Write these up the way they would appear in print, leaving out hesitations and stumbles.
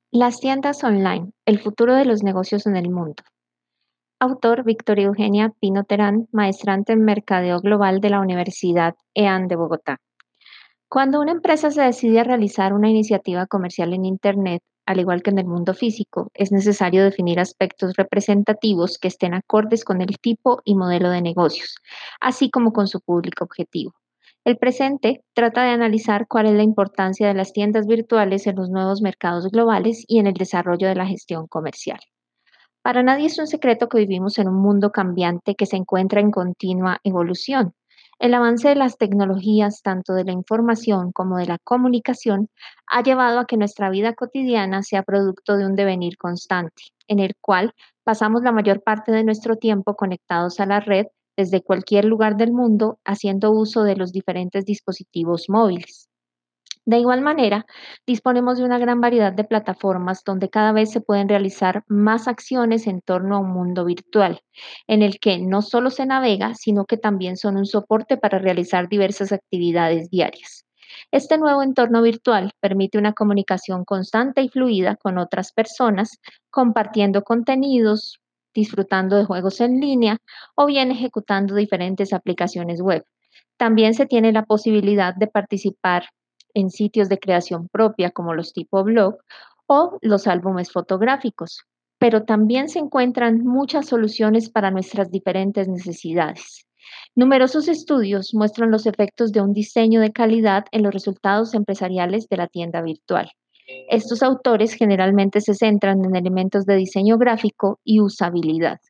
Las tiendas online, el futuro de los negocios en el mundo. Autor Victoria Eugenia Pino Terán, maestrante en Mercadeo Global de la Universidad EAN de Bogotá. Cuando una empresa se decide a realizar una iniciativa comercial en Internet, al igual que en el mundo físico, es necesario definir aspectos representativos que estén acordes con el tipo y modelo de negocios, así como con su público objetivo. El presente trata de analizar cuál es la importancia de las tiendas virtuales en los nuevos mercados globales y en el desarrollo de la gestión comercial. Para nadie es un secreto que vivimos en un mundo cambiante que se encuentra en continua evolución. El avance de las tecnologías, tanto de la información como de la comunicación, ha llevado a que nuestra vida cotidiana sea producto de un devenir constante, en el cual pasamos la mayor parte de nuestro tiempo conectados a la red desde cualquier lugar del mundo, haciendo uso de los diferentes dispositivos móviles. De igual manera, disponemos de una gran variedad de plataformas donde cada vez se pueden realizar más acciones en torno a un mundo virtual, en el que no solo se navega, sino que también son un soporte para realizar diversas actividades diarias. Este nuevo entorno virtual permite una comunicación constante y fluida con otras personas, compartiendo contenidos, disfrutando de juegos en línea o bien ejecutando diferentes aplicaciones web. También se tiene la posibilidad de participar en sitios de creación propia como los tipo blog o los álbumes fotográficos, pero también se encuentran muchas soluciones para nuestras diferentes necesidades. Numerosos estudios muestran los efectos de un diseño de calidad en los resultados empresariales de la tienda virtual. Estos autores generalmente se centran en elementos de diseño gráfico y usabilidad.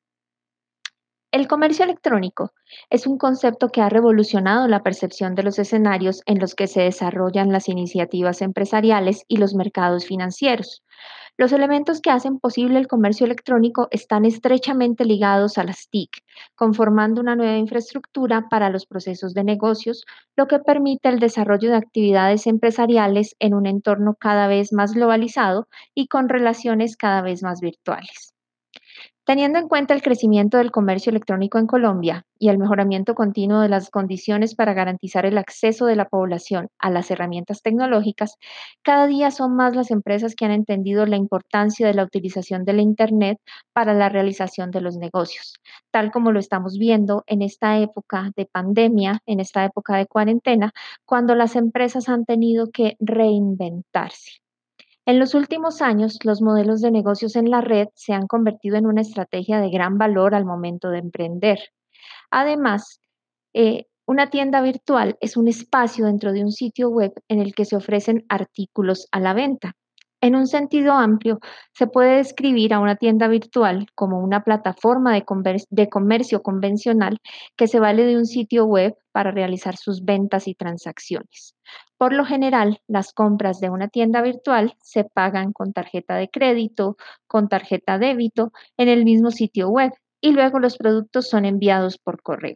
El comercio electrónico es un concepto que ha revolucionado la percepción de los escenarios en los que se desarrollan las iniciativas empresariales y los mercados financieros. Los elementos que hacen posible el comercio electrónico están estrechamente ligados a las TIC, conformando una nueva infraestructura para los procesos de negocios, lo que permite el desarrollo de actividades empresariales en un entorno cada vez más globalizado y con relaciones cada vez más virtuales. Teniendo en cuenta el crecimiento del comercio electrónico en Colombia y el mejoramiento continuo de las condiciones para garantizar el acceso de la población a las herramientas tecnológicas, cada día son más las empresas que han entendido la importancia de la utilización de la Internet para la realización de los negocios, tal como lo estamos viendo en esta época de pandemia, en esta época de cuarentena, cuando las empresas han tenido que reinventarse. En los últimos años, los modelos de negocios en la red se han convertido en una estrategia de gran valor al momento de emprender. Además, una tienda virtual es un espacio dentro de un sitio web en el que se ofrecen artículos a la venta. En un sentido amplio, se puede describir a una tienda virtual como una plataforma de comercio convencional que se vale de un sitio web para realizar sus ventas y transacciones. Por lo general, las compras de una tienda virtual se pagan con tarjeta de crédito, con tarjeta débito, en el mismo sitio web y luego los productos son enviados por correo.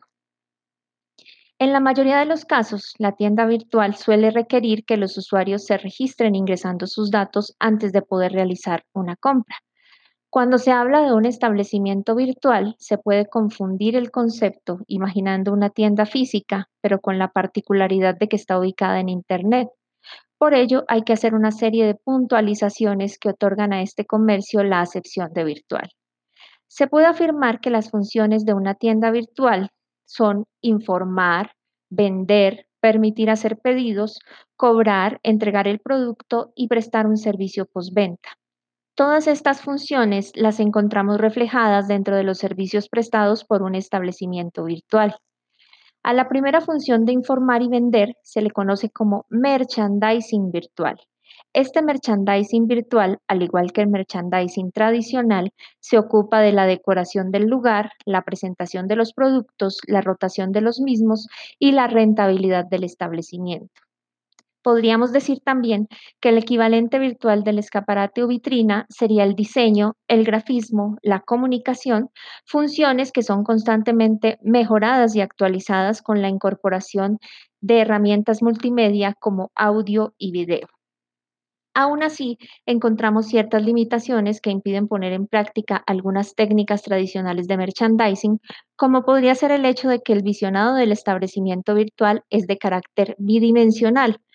En la mayoría de los casos, la tienda virtual suele requerir que los usuarios se registren ingresando sus datos antes de poder realizar una compra. Cuando se habla de un establecimiento virtual, se puede confundir el concepto imaginando una tienda física, pero con la particularidad de que está ubicada en Internet. Por ello, hay que hacer una serie de puntualizaciones que otorgan a este comercio la acepción de virtual. Se puede afirmar que las funciones de una tienda virtual son informar, vender, permitir hacer pedidos, cobrar, entregar el producto y prestar un servicio postventa. Todas estas funciones las encontramos reflejadas dentro de los servicios prestados por un establecimiento virtual. A la primera función de informar y vender se le conoce como merchandising virtual. Este merchandising virtual, al igual que el merchandising tradicional, se ocupa de la decoración del lugar, la presentación de los productos, la rotación de los mismos y la rentabilidad del establecimiento. Podríamos decir también que el equivalente virtual del escaparate o vitrina sería el diseño, el grafismo, la comunicación, funciones que son constantemente mejoradas y actualizadas con la incorporación de herramientas multimedia como audio y video. Aún así, encontramos ciertas limitaciones que impiden poner en práctica algunas técnicas tradicionales de merchandising, como podría ser el hecho de que el visionado del establecimiento virtual es de carácter bidimensional,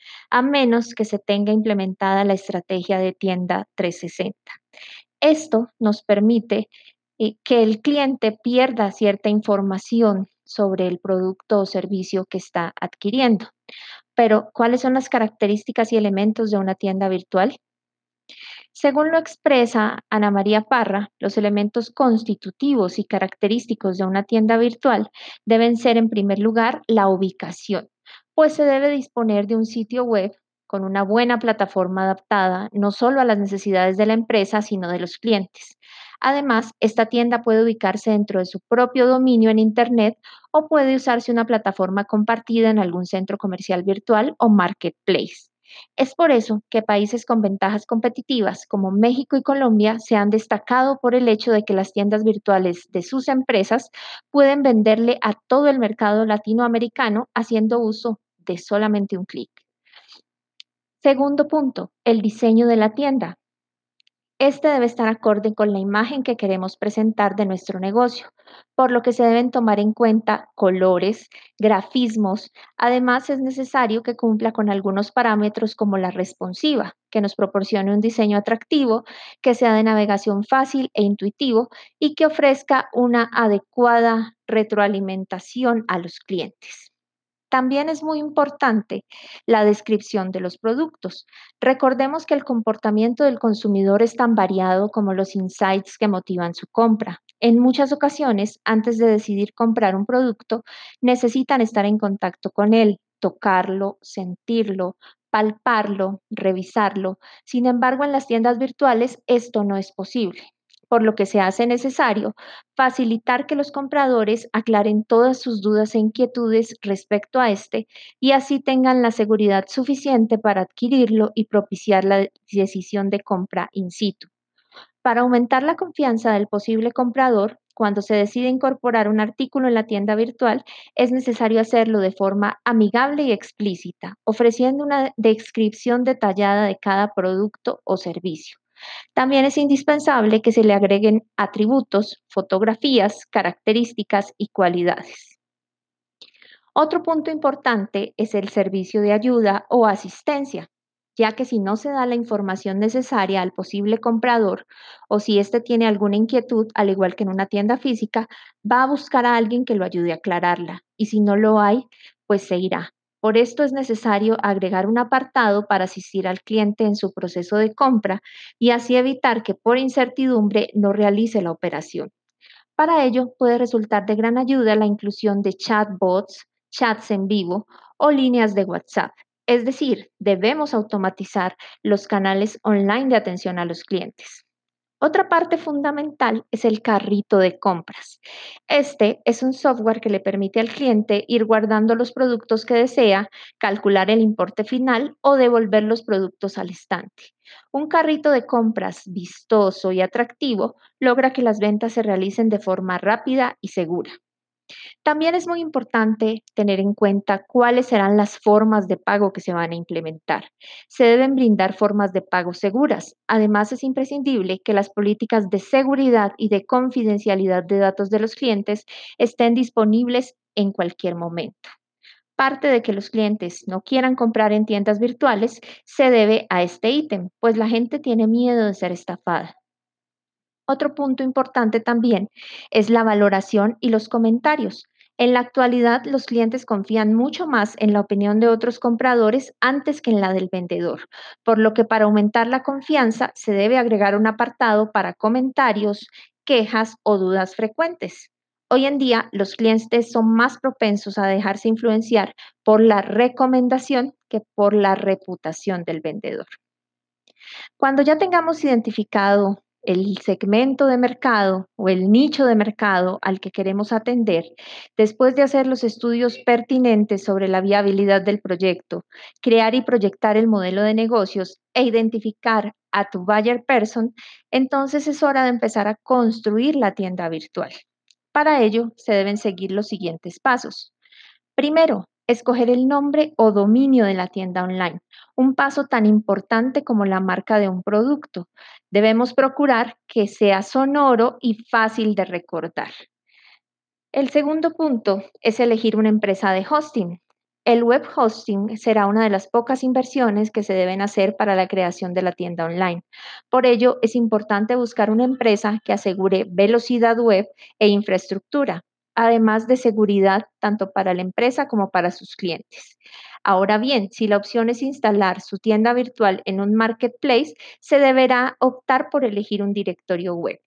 a menos que se tenga implementada la estrategia de tienda 360. Esto nos permite que el cliente pierda cierta información sobre el producto o servicio que está adquiriendo. Pero, ¿cuáles son las características y elementos de una tienda virtual? Según lo expresa Ana María Parra, los elementos constitutivos y característicos de una tienda virtual deben ser, en primer lugar, la ubicación, pues se debe disponer de un sitio web con una buena plataforma adaptada no solo a las necesidades de la empresa, sino de los clientes. Además, esta tienda puede ubicarse dentro de su propio dominio en Internet o puede usarse una plataforma compartida en algún centro comercial virtual o marketplace. Es por eso que países con ventajas competitivas como México y Colombia se han destacado por el hecho de que las tiendas virtuales de sus empresas pueden venderle a todo el mercado latinoamericano haciendo uso de solamente un clic. Segundo punto, el diseño de la tienda. Este debe estar acorde con la imagen que queremos presentar de nuestro negocio, por lo que se deben tomar en cuenta colores, grafismos. Además, es necesario que cumpla con algunos parámetros como la responsiva, que nos proporcione un diseño atractivo, que sea de navegación fácil e intuitivo y que ofrezca una adecuada retroalimentación a los clientes. También es muy importante la descripción de los productos. Recordemos que el comportamiento del consumidor es tan variado como los insights que motivan su compra. En muchas ocasiones, antes de decidir comprar un producto, necesitan estar en contacto con él, tocarlo, sentirlo, palparlo, revisarlo. Sin embargo, en las tiendas virtuales esto no es posible, por lo que se hace necesario facilitar que los compradores aclaren todas sus dudas e inquietudes respecto a este y así tengan la seguridad suficiente para adquirirlo y propiciar la decisión de compra in situ. Para aumentar la confianza del posible comprador, cuando se decide incorporar un artículo en la tienda virtual, es necesario hacerlo de forma amigable y explícita, ofreciendo una descripción detallada de cada producto o servicio. También es indispensable que se le agreguen atributos, fotografías, características y cualidades. Otro punto importante es el servicio de ayuda o asistencia, ya que si no se da la información necesaria al posible comprador o si éste tiene alguna inquietud, al igual que en una tienda física, va a buscar a alguien que lo ayude a aclararla y si no lo hay, pues se irá. Por esto es necesario agregar un apartado para asistir al cliente en su proceso de compra y así evitar que por incertidumbre no realice la operación. Para ello, puede resultar de gran ayuda la inclusión de chatbots, chats en vivo o líneas de WhatsApp. Es decir, debemos automatizar los canales online de atención a los clientes. Otra parte fundamental es el carrito de compras. Este es un software que le permite al cliente ir guardando los productos que desea, calcular el importe final o devolver los productos al estante. Un carrito de compras vistoso y atractivo logra que las ventas se realicen de forma rápida y segura. También es muy importante tener en cuenta cuáles serán las formas de pago que se van a implementar. Se deben brindar formas de pago seguras. Además, es imprescindible que las políticas de seguridad y de confidencialidad de datos de los clientes estén disponibles en cualquier momento. Parte de que los clientes no quieran comprar en tiendas virtuales se debe a este ítem, pues la gente tiene miedo de ser estafada. Otro punto importante también es la valoración y los comentarios. En la actualidad, los clientes confían mucho más en la opinión de otros compradores antes que en la del vendedor, por lo que para aumentar la confianza se debe agregar un apartado para comentarios, quejas o dudas frecuentes. Hoy en día, los clientes son más propensos a dejarse influenciar por la recomendación que por la reputación del vendedor. Cuando ya tengamos identificado el segmento de mercado o el nicho de mercado al que queremos atender, después de hacer los estudios pertinentes sobre la viabilidad del proyecto, crear y proyectar el modelo de negocios e identificar a tu buyer person, entonces es hora de empezar a construir la tienda virtual. Para ello, se deben seguir los siguientes pasos. Primero, escoger el nombre o dominio de la tienda online, un paso tan importante como la marca de un producto. Debemos procurar que sea sonoro y fácil de recordar. El segundo punto es elegir una empresa de hosting. El web hosting será una de las pocas inversiones que se deben hacer para la creación de la tienda online. Por ello, es importante buscar una empresa que asegure velocidad web e infraestructura, además de seguridad tanto para la empresa como para sus clientes. Ahora bien, si la opción es instalar su tienda virtual en un marketplace, se deberá optar por elegir un directorio web.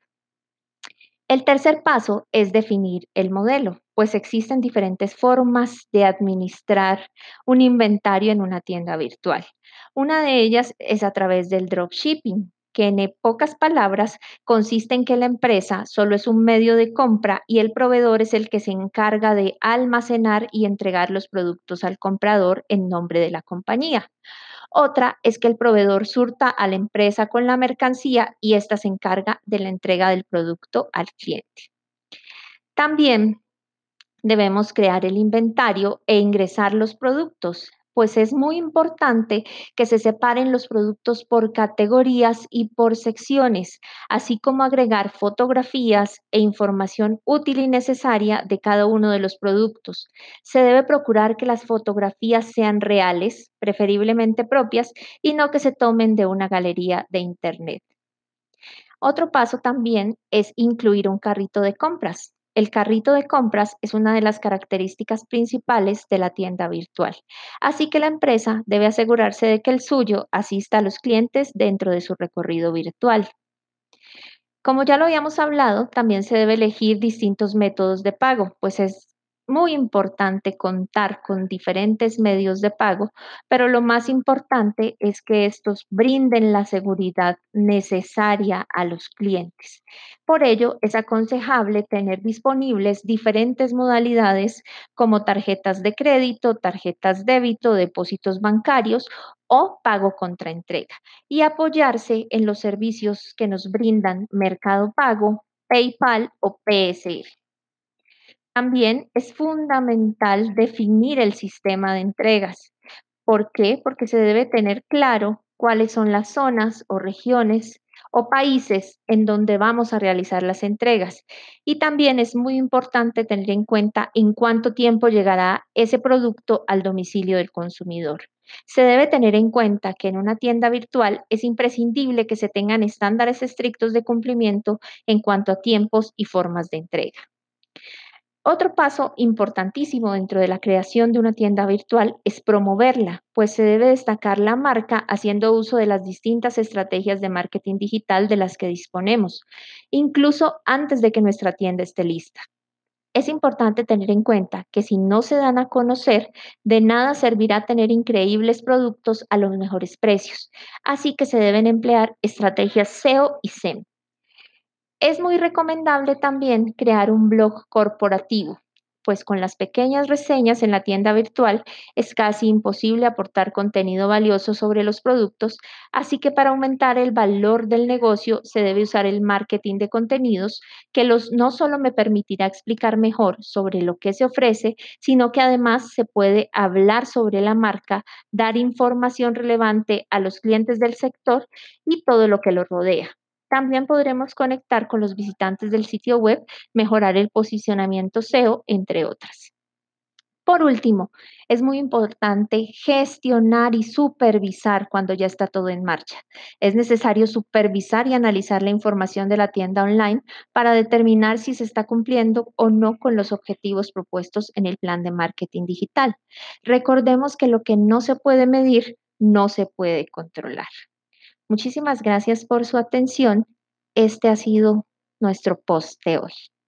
El tercer paso es definir el modelo, pues existen diferentes formas de administrar un inventario en una tienda virtual. Una de ellas es a través del dropshipping, que en pocas palabras consiste en que la empresa solo es un medio de compra y el proveedor es el que se encarga de almacenar y entregar los productos al comprador en nombre de la compañía. Otra es que el proveedor surta a la empresa con la mercancía y ésta se encarga de la entrega del producto al cliente. También debemos crear el inventario e ingresar los productos, pues es muy importante que se separen los productos por categorías y por secciones, así como agregar fotografías e información útil y necesaria de cada uno de los productos. Se debe procurar que las fotografías sean reales, preferiblemente propias, y no que se tomen de una galería de Internet. Otro paso también es incluir un carrito de compras. El carrito de compras es una de las características principales de la tienda virtual, así que la empresa debe asegurarse de que el suyo asista a los clientes dentro de su recorrido virtual. Como ya lo habíamos hablado, también se debe elegir distintos métodos de pago, pues es muy importante contar con diferentes medios de pago, pero lo más importante es que estos brinden la seguridad necesaria a los clientes. Por ello, es aconsejable tener disponibles diferentes modalidades como tarjetas de crédito, tarjetas débito, depósitos bancarios o pago contra entrega y apoyarse en los servicios que nos brindan Mercado Pago, PayPal o PSF. También es fundamental definir el sistema de entregas. ¿Por qué? Porque se debe tener claro cuáles son las zonas o regiones o países en donde vamos a realizar las entregas. Y también es muy importante tener en cuenta en cuánto tiempo llegará ese producto al domicilio del consumidor. Se debe tener en cuenta que en una tienda virtual es imprescindible que se tengan estándares estrictos de cumplimiento en cuanto a tiempos y formas de entrega. Otro paso importantísimo dentro de la creación de una tienda virtual es promoverla, pues se debe destacar la marca haciendo uso de las distintas estrategias de marketing digital de las que disponemos, incluso antes de que nuestra tienda esté lista. Es importante tener en cuenta que si no se dan a conocer, de nada servirá tener increíbles productos a los mejores precios, así que se deben emplear estrategias SEO y SEM. Es muy recomendable también crear un blog corporativo, pues con las pequeñas reseñas en la tienda virtual es casi imposible aportar contenido valioso sobre los productos, así que para aumentar el valor del negocio se debe usar el marketing de contenidos que no solo me permitirá explicar mejor sobre lo que se ofrece, sino que además se puede hablar sobre la marca, dar información relevante a los clientes del sector y todo lo que lo rodea. También podremos conectar con los visitantes del sitio web, mejorar el posicionamiento SEO, entre otras. Por último, es muy importante gestionar y supervisar cuando ya está todo en marcha. Es necesario supervisar y analizar la información de la tienda online para determinar si se está cumpliendo o no con los objetivos propuestos en el plan de marketing digital. Recordemos que lo que no se puede medir no se puede controlar. Muchísimas gracias por su atención. Este ha sido nuestro post de hoy.